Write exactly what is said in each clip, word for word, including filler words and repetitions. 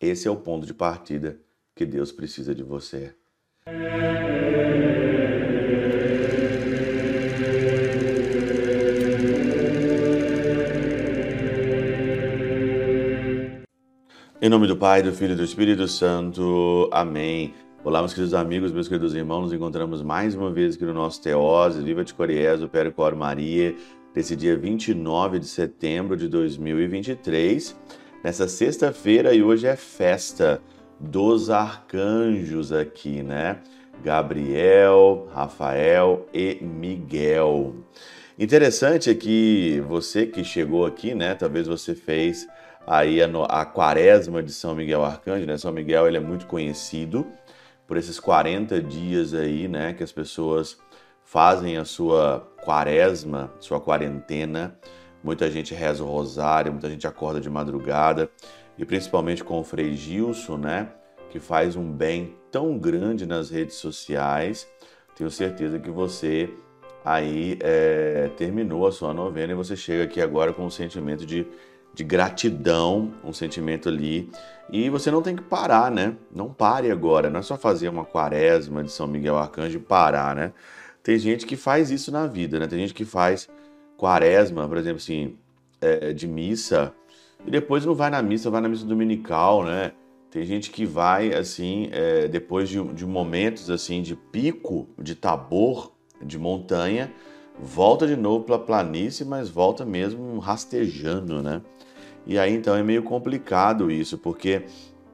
Esse é o ponto de partida que Deus precisa de você. Em nome do Pai, do Filho e do Espírito Santo. Amém. Olá, meus queridos amigos, meus queridos irmãos. Nos encontramos mais uma vez aqui no nosso Teose, Viva de Coriés, o Percor Maria, desse dia vinte e nove de setembro de dois mil e vinte e três, nessa sexta-feira, e hoje é festa dos arcanjos aqui, né? Gabriel, Rafael e Miguel. Interessante é que você que chegou aqui, né? Talvez você fez aí a, a quaresma de São Miguel Arcanjo, né? São Miguel, ele é muito conhecido por esses quarenta dias aí, né? Que as pessoas fazem a sua quaresma, sua quarentena. Muita gente reza o rosário, muita gente acorda de madrugada, e principalmente com o Frei Gilson, né? Que faz um bem tão grande nas redes sociais. Tenho certeza que você aí é, terminou a sua novena e você chega aqui agora com um sentimento de de gratidão, um sentimento ali, e você não tem que parar, né? Não pare agora, não é só fazer uma quaresma de São Miguel Arcanjo e parar, né? Tem gente que faz isso na vida, né? Tem gente que faz quaresma, por exemplo, assim, é, de missa, e depois não vai na missa, vai na missa dominical, né? Tem gente que vai, assim, é, depois de, de momentos, assim, de pico, de tabor, de montanha, volta de novo para a planície, mas volta mesmo rastejando, né? E aí, então, é meio complicado isso, porque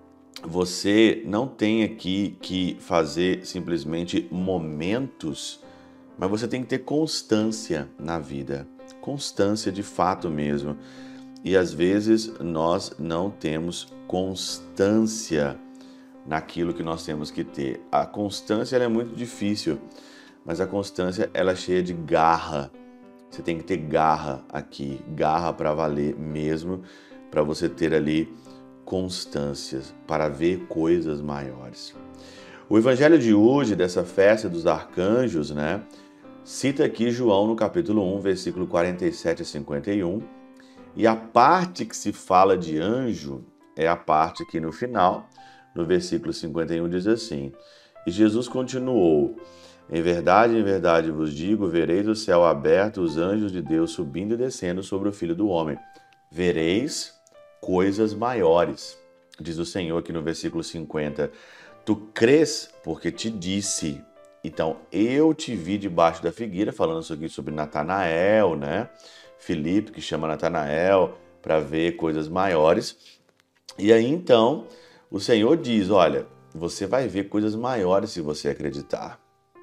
você não tem aqui que fazer simplesmente momentos, mas você tem que ter constância na vida. Constância de fato mesmo. E às vezes nós não temos constância naquilo que nós temos que ter. A constância ela é muito difícil, mas a constância ela é cheia de garra. Você tem que ter garra aqui, garra para valer mesmo, para você ter ali constâncias, para ver coisas maiores. O evangelho de hoje, dessa festa dos arcanjos, né, cita aqui João no capítulo um, versículo quarenta e sete a cinquenta e um, e a parte que se fala de anjo é a parte aqui no final, no versículo cinquenta e um diz assim: e Jesus continuou: em verdade, em verdade vos digo, vereis o céu aberto, os anjos de Deus subindo e descendo sobre o Filho do Homem. Vereis coisas maiores, diz o Senhor aqui no versículo cinquenta. Tu crês porque te disse. Então, eu te vi debaixo da figueira, falando isso aqui sobre Natanael, né? Filipe, que chama Natanael para ver coisas maiores. E aí, então, o Senhor diz, olha, você vai ver coisas maiores se você acreditar.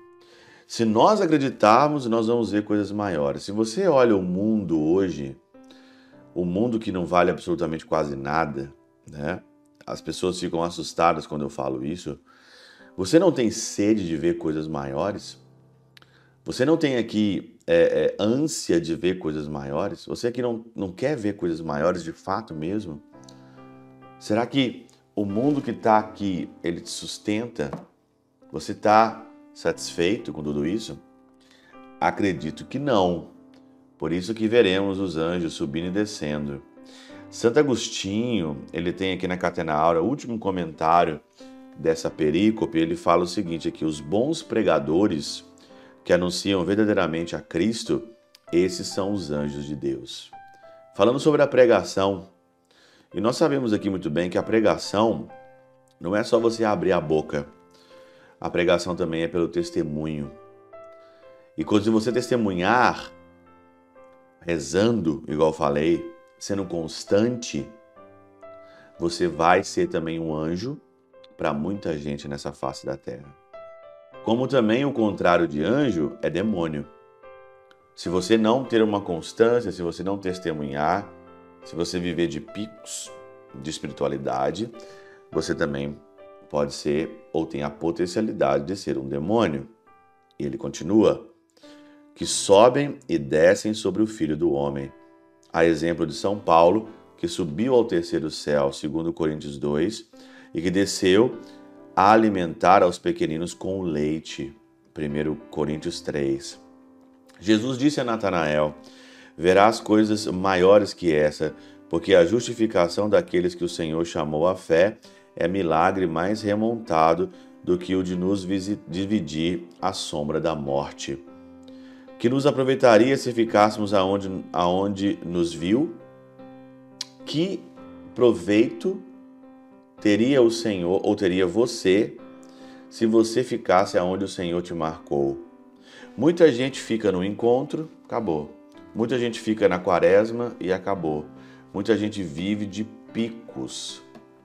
Se nós acreditarmos, nós vamos ver coisas maiores. Se você olha o mundo hoje, o mundo que não vale absolutamente quase nada, né? As pessoas ficam assustadas quando eu falo isso. Você não tem sede de ver coisas maiores? Você não tem aqui é, é, ânsia de ver coisas maiores? Você aqui não, não quer ver coisas maiores de fato mesmo? Será que o mundo que está aqui, ele te sustenta? Você está satisfeito com tudo isso? Acredito que não. Por isso que veremos os anjos subindo e descendo. Santo Agostinho, ele tem aqui na Catena Áurea, o último comentário dessa perícope, ele fala o seguinte aqui: os bons pregadores que anunciam verdadeiramente a Cristo, esses são os anjos de Deus. Falando sobre a pregação, e nós sabemos aqui muito bem que a pregação não é só você abrir a boca. A pregação também é pelo testemunho. E quando você testemunhar, rezando, igual eu falei, sendo constante, você vai ser também um anjo para muita gente nessa face da terra. Como também o contrário de anjo é demônio. Se você não ter uma constância, se você não testemunhar, se você viver de picos de espiritualidade, você também pode ser ou tem a potencialidade de ser um demônio. E ele continua: que sobem e descem sobre o Filho do Homem. A exemplo de São Paulo, que subiu ao terceiro céu, segundo Coríntios dois, e que desceu a alimentar aos pequeninos com o leite, primeiro Coríntios três. Jesus disse a Natanael: verás coisas maiores que essa, porque a justificação daqueles que o Senhor chamou à fé é milagre mais remontado do que o de nos dividir a sombra da morte. Que nos aproveitaria se ficássemos aonde, aonde nos viu? Que proveito teria o Senhor, ou teria você, se você ficasse aonde o Senhor te marcou? Muita gente fica no encontro, acabou. Muita gente fica na quaresma e acabou. Muita gente vive de picos.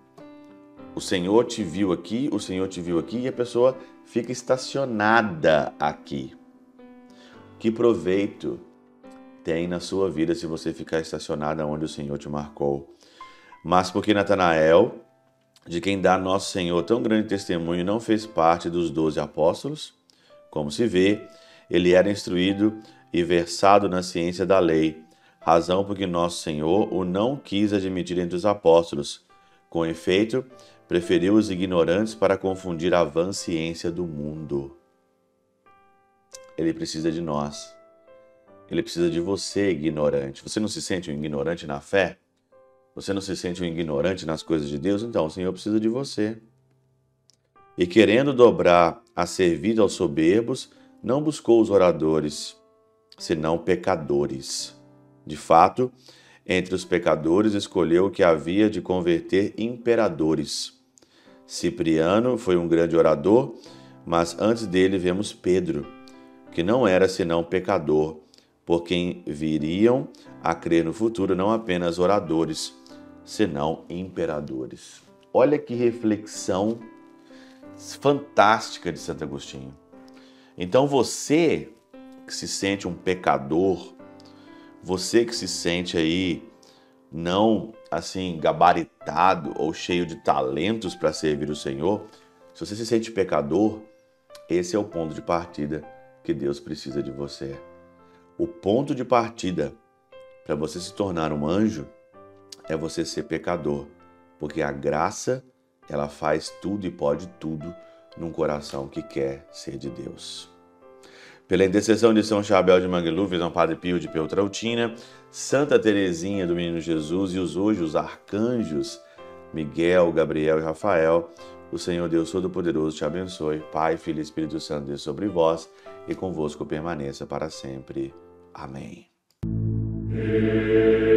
O Senhor te viu aqui, o Senhor te viu aqui e a pessoa fica estacionada aqui. Que proveito tem na sua vida se você ficar estacionado onde o Senhor te marcou? Mas porque Natanael, de quem dá nosso Senhor tão grande testemunho, não fez parte dos doze apóstolos, como se vê, ele era instruído e versado na ciência da lei, razão por que nosso Senhor o não quis admitir entre os apóstolos. Com efeito, preferiu os ignorantes para confundir a vã ciência do mundo. Ele precisa de nós. Ele precisa de você, ignorante. Você não se sente um ignorante na fé? Você não se sente um ignorante nas coisas de Deus? Então, o Senhor precisa de você. E querendo dobrar a servida aos soberbos, não buscou os oradores, senão pecadores. De fato, entre os pecadores escolheu o que havia de converter imperadores. Cipriano foi um grande orador, mas antes dele vemos Pedro, que não era senão pecador, por quem viriam a crer no futuro não apenas oradores, senão imperadores. Olha que reflexão fantástica de Santo Agostinho. Então você que se sente um pecador, você que se sente aí não assim gabaritado ou cheio de talentos para servir o Senhor, se você se sente pecador, esse é o ponto de partida que Deus precisa de você. O ponto de partida para você se tornar um anjo é você ser pecador, porque a graça, ela faz tudo e pode tudo num coração que quer ser de Deus. Pela intercessão de São Chabel de Mangluf, São Padre Pio de Peltrautina, Santa Teresinha do Menino Jesus e os hoje os arcanjos Miguel, Gabriel e Rafael, o Senhor Deus Todo-Poderoso te abençoe. Pai, Filho e Espírito Santo, Deus sobre vós e convosco permaneça para sempre. Amém.